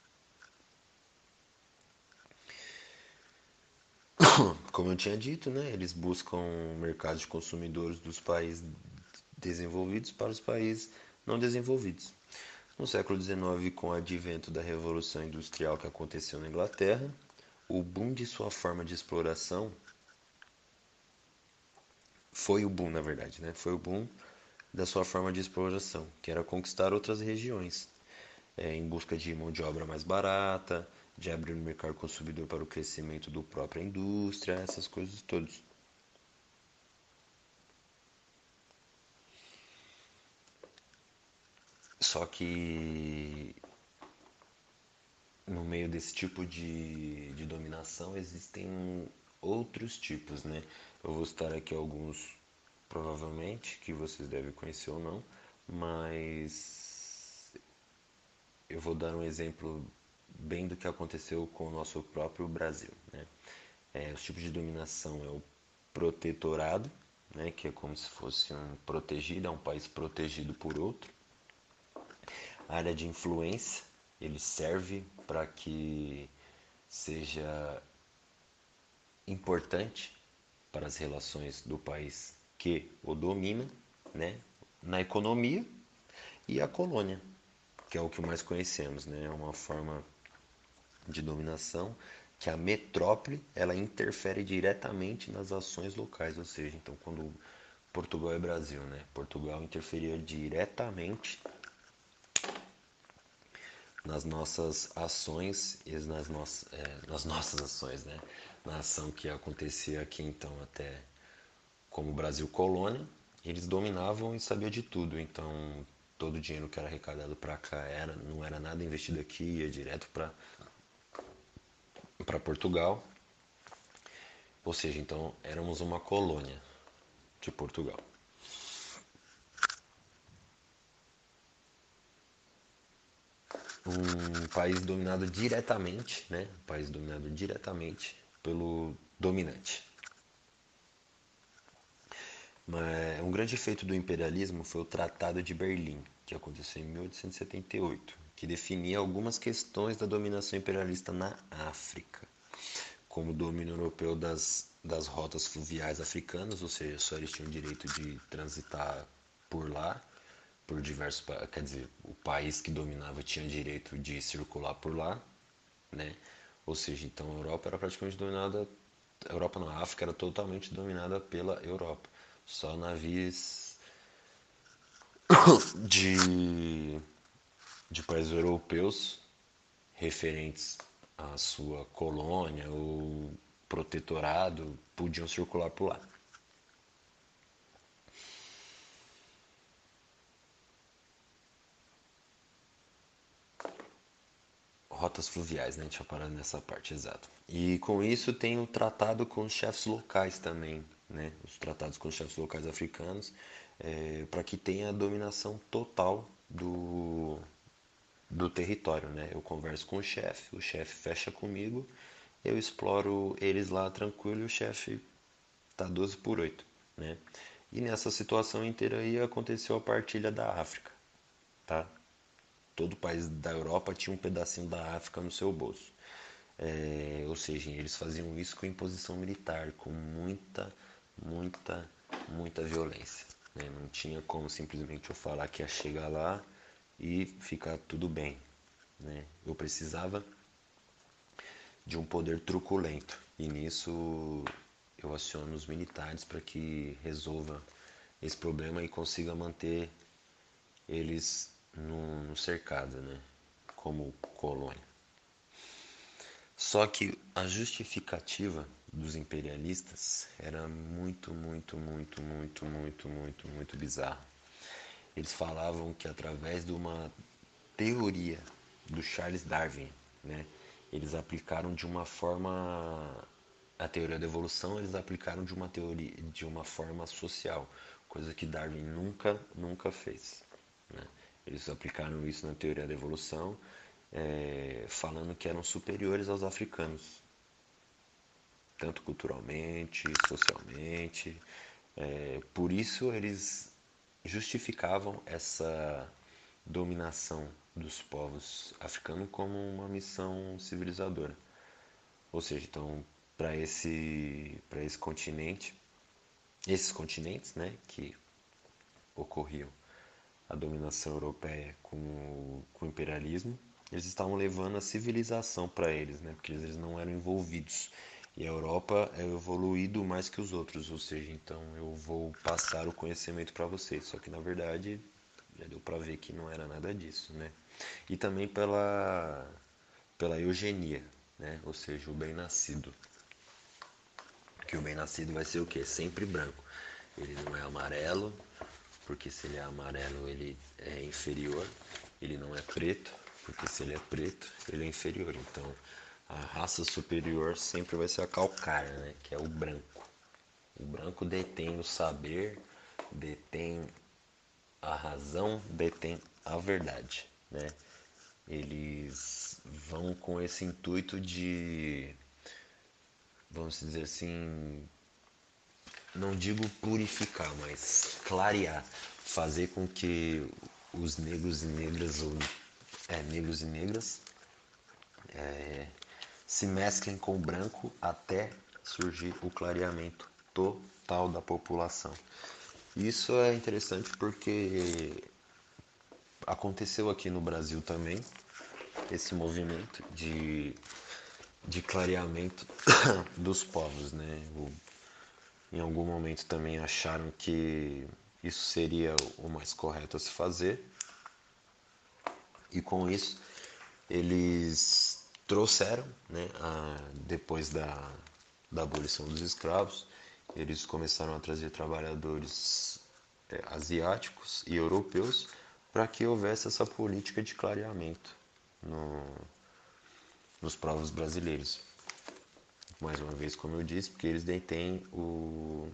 Como eu tinha dito, né, eles buscam mercados de consumidores dos países desenvolvidos para os países não desenvolvidos. No século dezenove, com o advento da Revolução Industrial que aconteceu na Inglaterra, o boom de sua forma de exploração foi o boom, na verdade, né? Foi o boom da sua forma de exploração, que era conquistar outras regiões, é, em busca de mão de obra mais barata, de abrir o mercado consumidor para o crescimento da própria indústria, essas coisas todas. Só que no meio desse tipo de, de dominação existem outros tipos, né? Eu vou citar aqui alguns, provavelmente, que vocês devem conhecer ou não, mas eu vou dar um exemplo bem do que aconteceu com o nosso próprio Brasil, né? É, os tipos de dominação é o protetorado, né, que é como se fosse um protegido, é um país protegido por outro. A área de influência, ele serve para que seja importante para as relações do país que o domina, né, na economia, e a colônia, que é o que mais conhecemos, né, é uma forma de dominação que a metrópole ela interfere diretamente nas ações locais, ou seja, então quando Portugal é Brasil, né, Portugal interferia diretamente nas nossas ações e nas, nossas é, nas nossas ações, né? Na ação que acontecia aqui então até como Brasil colônia, eles dominavam e sabiam de tudo. Então todo o dinheiro que era arrecadado para cá era não era nada investido aqui, ia direto para para Portugal. Ou seja, então éramos uma colônia de Portugal. Um país dominado diretamente, né? Um país dominado diretamente pelo dominante. Mas um grande efeito do imperialismo foi o Tratado de Berlim, que aconteceu em mil oitocentos e setenta e oito, que definia algumas questões da dominação imperialista na África, como o domínio europeu das, das rotas fluviais africanas, ou seja, só eles tinham direito de transitar por lá, por diversos, quer dizer, o país que dominava tinha direito de circular por lá, né? Ou seja, então a Europa era praticamente dominada, a Europa não, a África era totalmente dominada pela Europa. Só navios de, de países europeus referentes à sua colônia ou protetorado podiam circular por lá. Rotas fluviais, né? Tinha parado nessa parte, exato. E com isso tem o tratado com os chefes locais também, né? Os tratados com os chefes locais africanos, é, para que tenha a dominação total do, do território, né? Eu converso com o chefe, o chefe fecha comigo, eu exploro eles lá tranquilo e o chefe tá doze por oito, né? E nessa situação inteira aí aconteceu a partilha da África, tá? Todo país da Europa tinha um pedacinho da África no seu bolso. É, ou seja, eles faziam isso com imposição militar, com muita, muita, muita violência, né? Não tinha como simplesmente eu falar que ia chegar lá e ficar tudo bem, né? Eu precisava de um poder truculento e nisso eu aciono os militares para que resolva esse problema e consiga manter eles no, no cercado, né? Como colônia. Só que a justificativa dos imperialistas era muito, muito, muito, muito, muito, muito, muito bizarra. Eles falavam que através de uma teoria do Charles Darwin, né, eles aplicaram de uma forma a teoria da evolução, eles aplicaram de uma teoria de uma forma social, coisa que Darwin nunca, nunca fez, né? Eles aplicaram isso na teoria da evolução é, falando que eram superiores aos africanos, tanto culturalmente, socialmente. É, por isso eles justificavam essa dominação dos povos africanos como uma missão civilizadora. Ou seja, então, para esse, para esse continente, esses continentes, né, que ocorriam a dominação europeia com o, com o imperialismo, eles estavam levando a civilização para eles, né, porque eles não eram envolvidos. E a Europa é evoluído mais que os outros, ou seja, então eu vou passar o conhecimento para vocês. Só que na verdade já deu para ver que não era nada disso, né? E também pela pela eugenia, né? Ou seja, o bem-nascido. Que o bem-nascido vai ser o quê? Sempre branco. Ele não é amarelo, porque se ele é amarelo ele é inferior. Ele não é preto, porque se ele é preto ele é inferior. Então a raça superior sempre vai ser a calcária, né? Que é o branco. O branco detém o saber, detém a razão, detém a verdade, né? Eles vão com esse intuito de, vamos dizer assim, não digo purificar, mas clarear, fazer com que os negros e negras, ou é, negros e negras, é, se mesclem com o branco até surgir o clareamento total da população. Isso é interessante porque aconteceu aqui no Brasil também esse movimento de, de clareamento dos povos, né? O, em algum momento também acharam que isso seria o mais correto a se fazer, e com isso eles trouxeram, né, a, depois da, da abolição dos escravos, eles começaram a trazer trabalhadores é, asiáticos e europeus para que houvesse essa política de clareamento no, nos povos brasileiros. Mais uma vez, como eu disse, porque eles detêm o,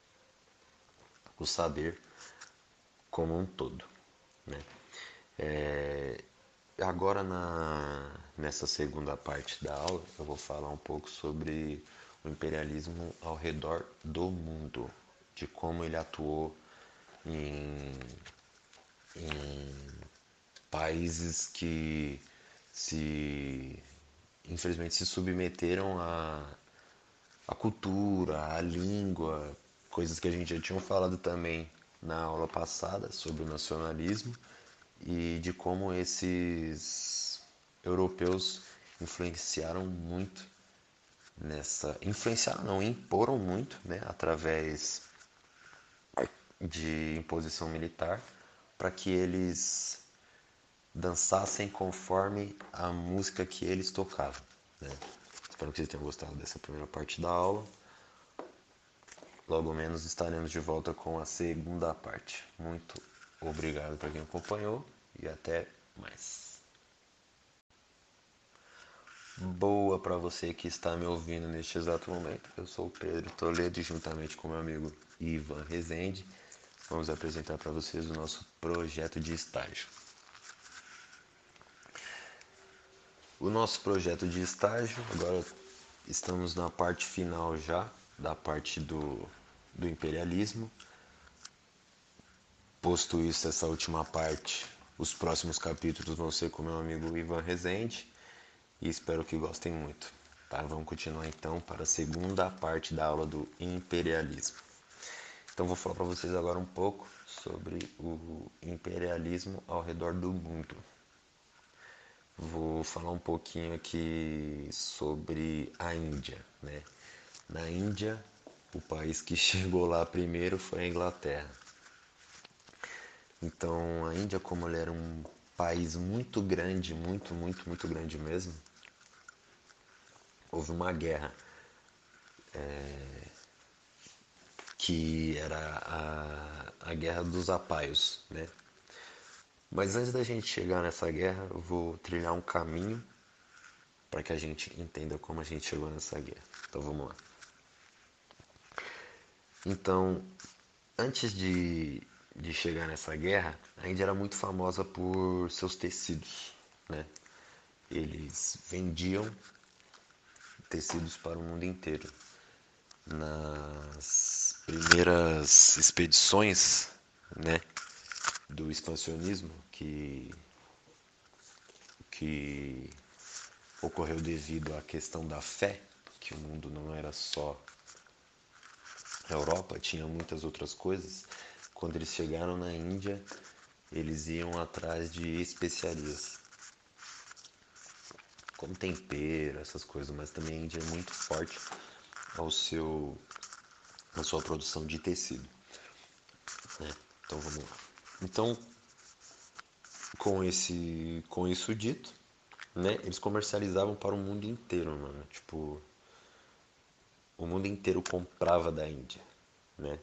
o saber como um todo, né? É, agora na, nessa segunda parte da aula eu vou falar um pouco sobre o imperialismo ao redor do mundo, de como ele atuou em, em países que se infelizmente se submeteram à, à cultura, à língua, coisas que a gente já tinha falado também na aula passada sobre o nacionalismo, e de como esses europeus influenciaram muito nessa, influenciaram não, imporam muito, né, através de imposição militar, para que eles dançassem conforme a música que eles tocavam, né? Espero que vocês tenham gostado dessa primeira parte da aula. Logo menos estaremos de volta com a segunda parte. Muito obrigado para quem acompanhou e até mais. Boa para você que está me ouvindo neste exato momento. Eu sou o Pedro Toledo e juntamente com meu amigo Ivan Rezende vamos apresentar para vocês o nosso projeto de estágio. O nosso projeto de estágio, agora estamos na parte final já, da parte do, do imperialismo. Posto isso, essa última parte, os próximos capítulos vão ser com meu amigo Ivan Rezende e espero que gostem muito. Tá? Vamos continuar então para a segunda parte da aula do imperialismo. Então vou falar para vocês agora um pouco sobre o imperialismo ao redor do mundo. Vou falar um pouquinho aqui sobre a Índia, né? Na Índia, o país que chegou lá primeiro foi a Inglaterra. Então, a Índia, como ele era um país muito grande, muito, muito, muito grande mesmo, houve uma guerra que era a, a Guerra dos Apaios, né? Mas antes da gente chegar nessa guerra, eu vou trilhar um caminho para que a gente entenda como a gente chegou nessa guerra. Então vamos lá. Então, antes de, de chegar nessa guerra, a Índia era muito famosa por seus tecidos, né? eles vendiam tecidos para o mundo inteiro. Nas primeiras expedições, né, do expansionismo que, que ocorreu devido à questão da fé, que o mundo não era só a Europa, tinha muitas outras coisas. Quando eles chegaram na Índia, eles iam atrás de especiarias, como tempero, essas coisas, mas também a Índia é muito forte ao seu, na sua produção de tecido, né? Então vamos lá. Então, com esse, com isso dito, né, eles comercializavam para o mundo inteiro, mano. Tipo, o mundo inteiro comprava da Índia, né?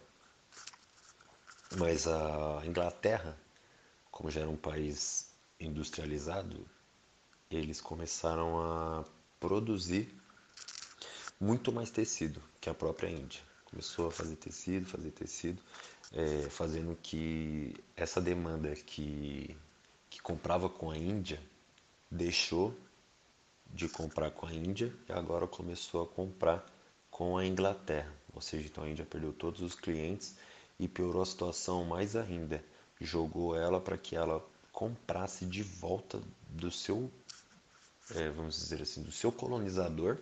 Mas a Inglaterra, como já era um país industrializado, eles começaram a produzir muito mais tecido que a própria Índia. Começou a fazer tecido, fazer tecido, é, fazendo que essa demanda que, que comprava com a Índia deixou de comprar com a Índia e agora começou a comprar com a Inglaterra. Ou seja, então a Índia perdeu todos os clientes e piorou a situação mais ainda. Jogou ela para que ela comprasse de volta do seu, é, vamos dizer assim, do seu colonizador,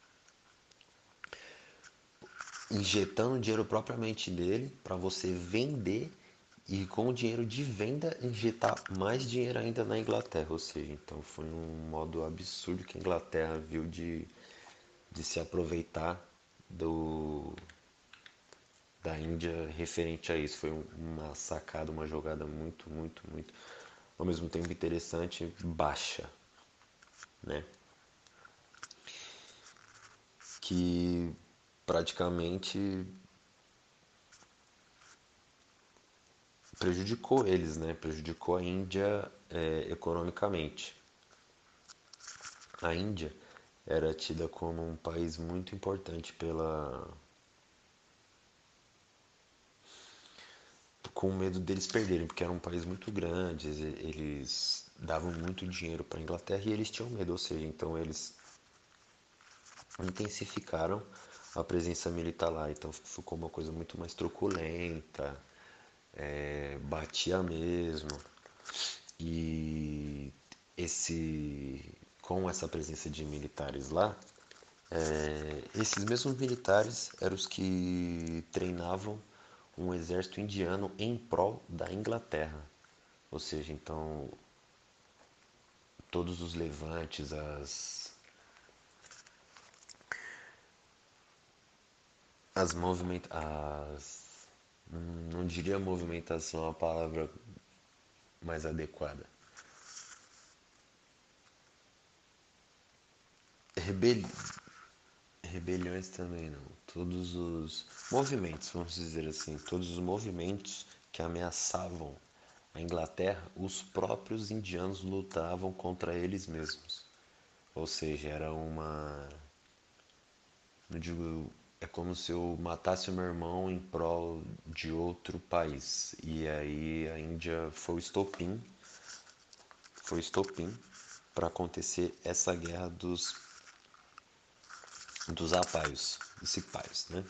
injetando dinheiro propriamente nele para você vender e com o dinheiro de venda injetar mais dinheiro ainda na Inglaterra. Ou seja, então foi um modo absurdo que a Inglaterra viu de, de se aproveitar do, da Índia referente a isso. Foi uma sacada, uma jogada muito, muito, muito, ao mesmo tempo interessante, baixa, né? Que praticamente prejudicou eles, né? Prejudicou a Índia é, economicamente. A Índia era tida como um país muito importante pela com medo deles perderem, porque era um país muito grande, eles davam muito dinheiro para a Inglaterra e eles tinham medo, ou seja, então eles intensificaram a presença militar lá, então ficou uma coisa muito mais truculenta, é, batia mesmo, e esse com essa presença de militares lá, é, esses mesmos militares eram os que treinavam um exército indiano em prol da Inglaterra. Ou seja, então todos os levantes, as, as movimentações, não diria movimentação a palavra mais adequada. Rebeli rebeliões também não. Todos os movimentos, vamos dizer assim, todos os movimentos que ameaçavam a Inglaterra, os próprios indianos lutavam contra eles mesmos. Ou seja, era uma. Não digo. É como se eu matasse o meu irmão em prol de outro país. E aí a Índia foi o estopim. Foi o estopim para acontecer essa guerra dos, dos apaios, dos cipaios, né?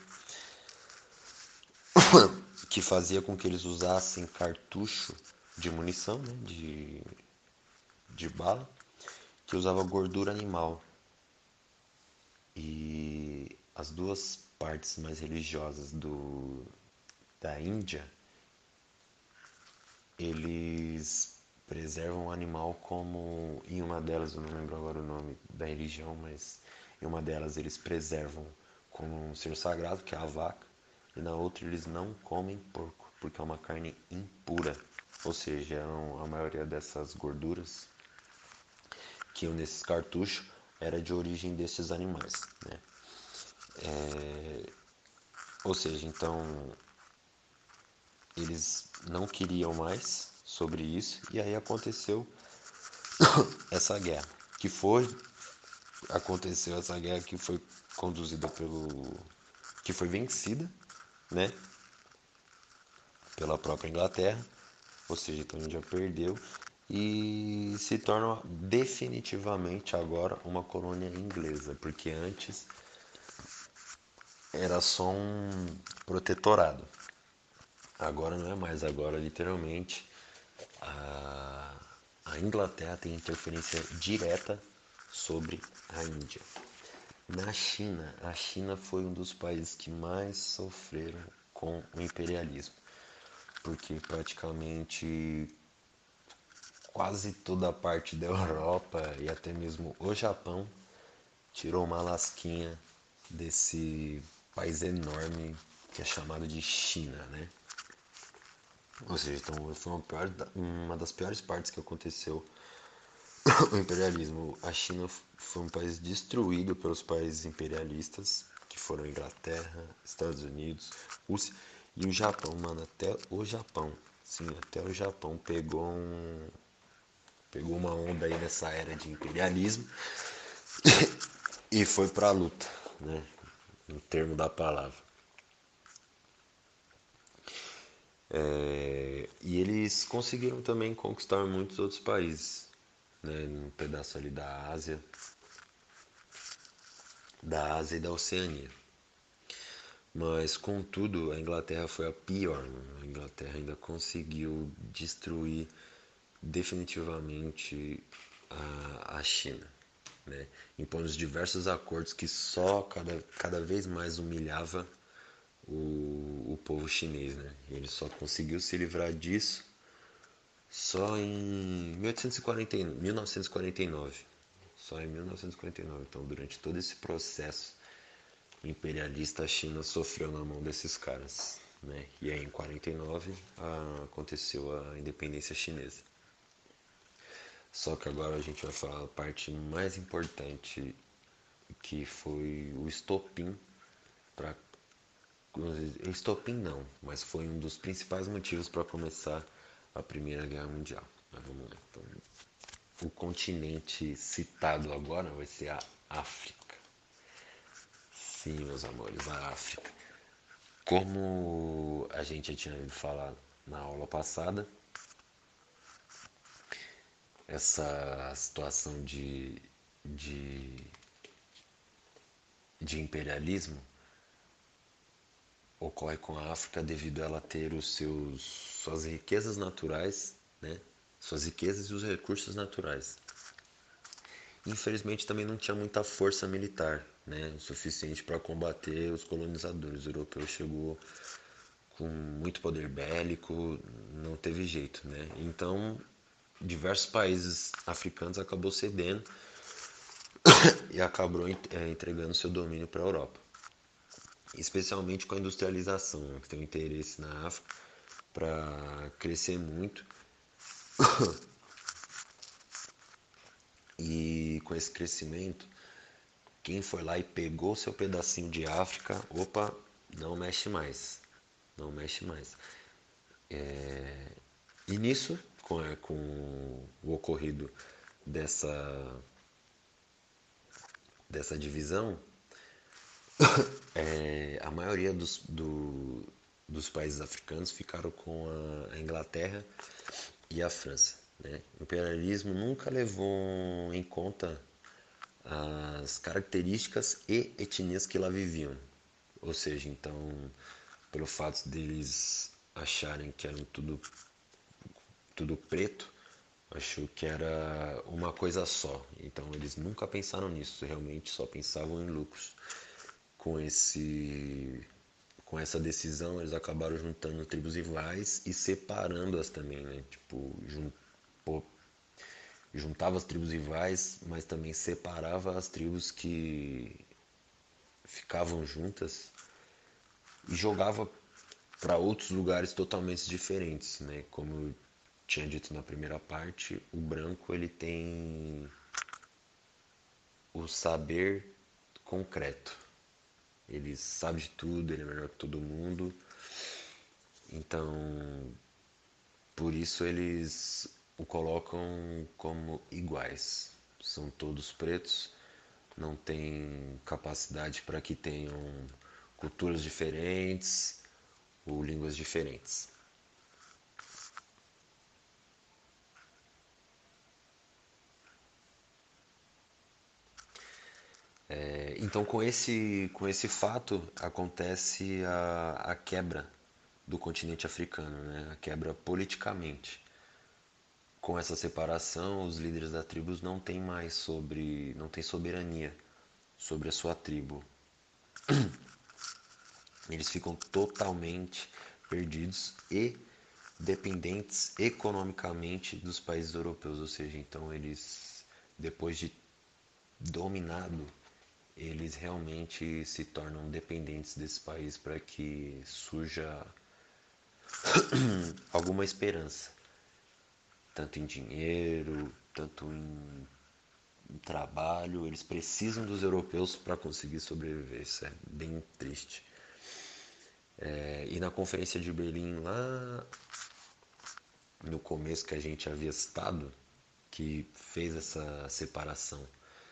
Que fazia com que eles usassem cartucho de munição, né? de, de bala, que usava gordura animal. E as duas partes mais religiosas do, da Índia, eles preservam o animal como, em uma delas, eu não lembro agora o nome da religião, mas em uma delas eles preservam como um ser sagrado, que é a vaca, e na outra eles não comem porco, porque é uma carne impura. Ou seja, eram, a maioria dessas gorduras que iam nesses cartuchos era de origem desses animais, né? É, ou seja, então eles não queriam mais sobre isso e aí aconteceu essa guerra, que foi aconteceu essa guerra que foi conduzida pelo que foi vencida, né, pela própria Inglaterra, ou seja, então a Índia perdeu e se torna definitivamente agora uma colônia inglesa, porque antes era só um protetorado. Agora não é mais, agora literalmente a, a Inglaterra tem interferência direta sobre a Índia. Na China, a China foi um dos países que mais sofreram com o imperialismo, porque praticamente quase toda a parte da Europa e até mesmo o Japão tirou uma lasquinha desse país enorme que é chamado de China, né? Ou seja, então foi uma, pior, uma das piores partes que aconteceu o imperialismo. A China foi um país destruído pelos países imperialistas, que foram Inglaterra, Estados Unidos, Rússia e o Japão, mano, até o Japão. Sim, até o Japão pegou um, pegou uma onda aí nessa era de imperialismo e foi pra luta, né? No termo da palavra. É, e eles conseguiram também conquistar muitos outros países, né? Um pedaço ali da Ásia, da Ásia e da Oceania. Mas, contudo, a Inglaterra foi a pior. Né? A Inglaterra ainda conseguiu destruir definitivamente a, a China, né? Impondo diversos acordos que só cada, cada vez mais humilhava o, o povo chinês. Né? Ele só conseguiu se livrar disso só em mil oitocentos e quarenta, mil novecentos e quarenta e nove. Só em mil novecentos e quarenta e nove. Então, durante todo esse processo imperialista, a China sofreu na mão desses caras, né? E aí em quarenta e nove a, aconteceu a independência chinesa. Só que agora a gente vai falar a parte mais importante, que foi o estopim para estopim não, mas foi um dos principais motivos para começar a Primeira Guerra Mundial. Mas vamos lá. Então, o continente citado agora vai ser a África. Sim, meus amores, a África. Como a gente já tinha falado na aula passada, essa situação de, de, de imperialismo ocorre com a África devido a ela ter os seus, suas riquezas naturais, né? Suas riquezas e os recursos naturais. Infelizmente também não tinha muita força militar, né? O suficiente para combater os colonizadores. O europeu chegou com muito poder bélico, não teve jeito, né? Então diversos países africanos acabou cedendo e acabou é, entregando seu domínio para a Europa, especialmente com a industrialização, né, que tem um interesse na África para crescer muito, e com esse crescimento, quem foi lá e pegou seu pedacinho de África, opa, não mexe mais, não mexe mais. É, e nisso, com, é, com o ocorrido dessa, dessa divisão, é, a maioria dos, do, dos países africanos ficaram com a, a Inglaterra e a França. Né? O imperialismo nunca levou em conta as características e etnias que lá viviam. Ou seja, então, pelo fato deles acharem que eram tudo, tudo preto, achou que era uma coisa só. Então, eles nunca pensaram nisso, realmente só pensavam em lucros. Com esse com essa decisão, eles acabaram juntando tribos rivais e separando-as também, né? Tipo, jun, pô, juntava as tribos rivais, mas também separava as tribos que ficavam juntas e jogava para outros lugares totalmente diferentes, né? Como eu tinha dito na primeira parte, o branco ele tem o saber concreto. Ele sabe de tudo, ele é melhor que todo mundo. Então, por isso eles o colocam como iguais. São todos pretos, não tem capacidade para que tenham culturas diferentes ou línguas diferentes. É, então, com esse, com esse fato, acontece a, a quebra do continente africano, né? A quebra politicamente. Com essa separação, os líderes da tribo não têm mais sobre, não têm soberania sobre a sua tribo. Eles ficam totalmente perdidos e dependentes economicamente dos países europeus, ou seja, então eles, depois de dominado, eles realmente se tornam dependentes desse país para que surja alguma esperança, tanto em dinheiro, tanto em, em trabalho. Eles precisam dos europeus para conseguir sobreviver. Isso é bem triste. É, e na Conferência de Berlim, lá no começo que a gente havia citado, que fez essa separação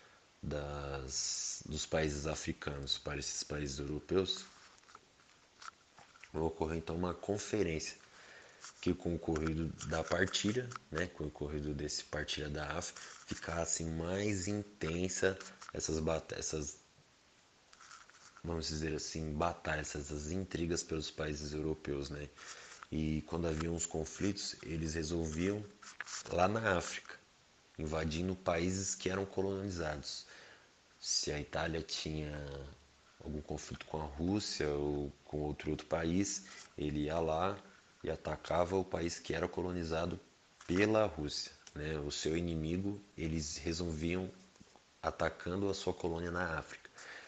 das, dos países africanos para esses países europeus, ocorreu então uma conferência que com o ocorrido da partilha, né, com o ocorrido desse partilha da África, ficasse mais intensa essas batalhas, essas, vamos dizer assim, batalhas, essas intrigas pelos países europeus, né? E quando haviam os conflitos, eles resolviam lá na África, invadindo países que eram colonizados. Se a Itália tinha algum conflito com a Rússia ou com outro outro país, ele ia lá e atacava o país que era colonizado pela Rússia, né? O seu inimigo, eles resolviam atacando a sua colônia na África.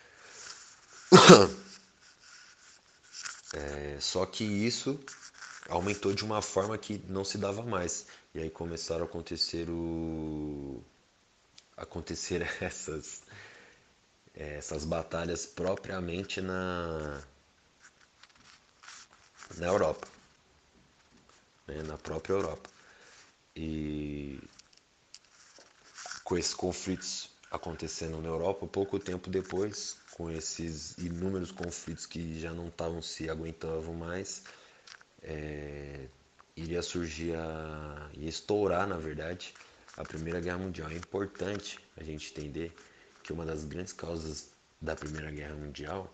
É, só que isso aumentou de uma forma que não se dava mais. E aí começaram a acontecer o acontecer essas essas batalhas propriamente na na Europa, né? Na própria Europa. E com esses conflitos acontecendo na Europa, pouco tempo depois, com esses inúmeros conflitos que já não estavam se aguentavam mais, é, iria surgir a, ia estourar, na verdade, a Primeira Guerra Mundial. É importante a gente entender que uma das grandes causas da Primeira Guerra Mundial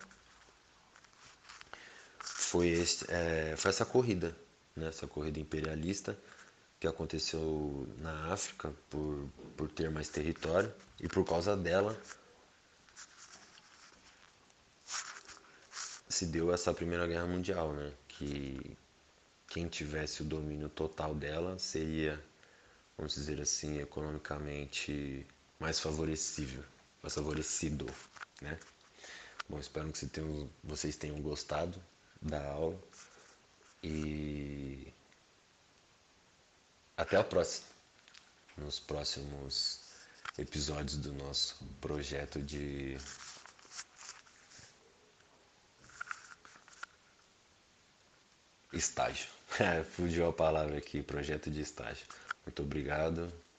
foi, esse, é, foi essa corrida, né? Essa corrida imperialista que aconteceu na África por, por ter mais território, e por causa dela se deu essa Primeira Guerra Mundial, né? Que quem tivesse o domínio total dela seria, vamos dizer assim, economicamente mais favorecível, mais favorecido, né? Bom, espero que vocês tenham, vocês tenham gostado da aula e até a próxima, nos próximos episódios do nosso projeto de estágio. Fugiu a palavra aqui, projeto de estágio. Muito obrigado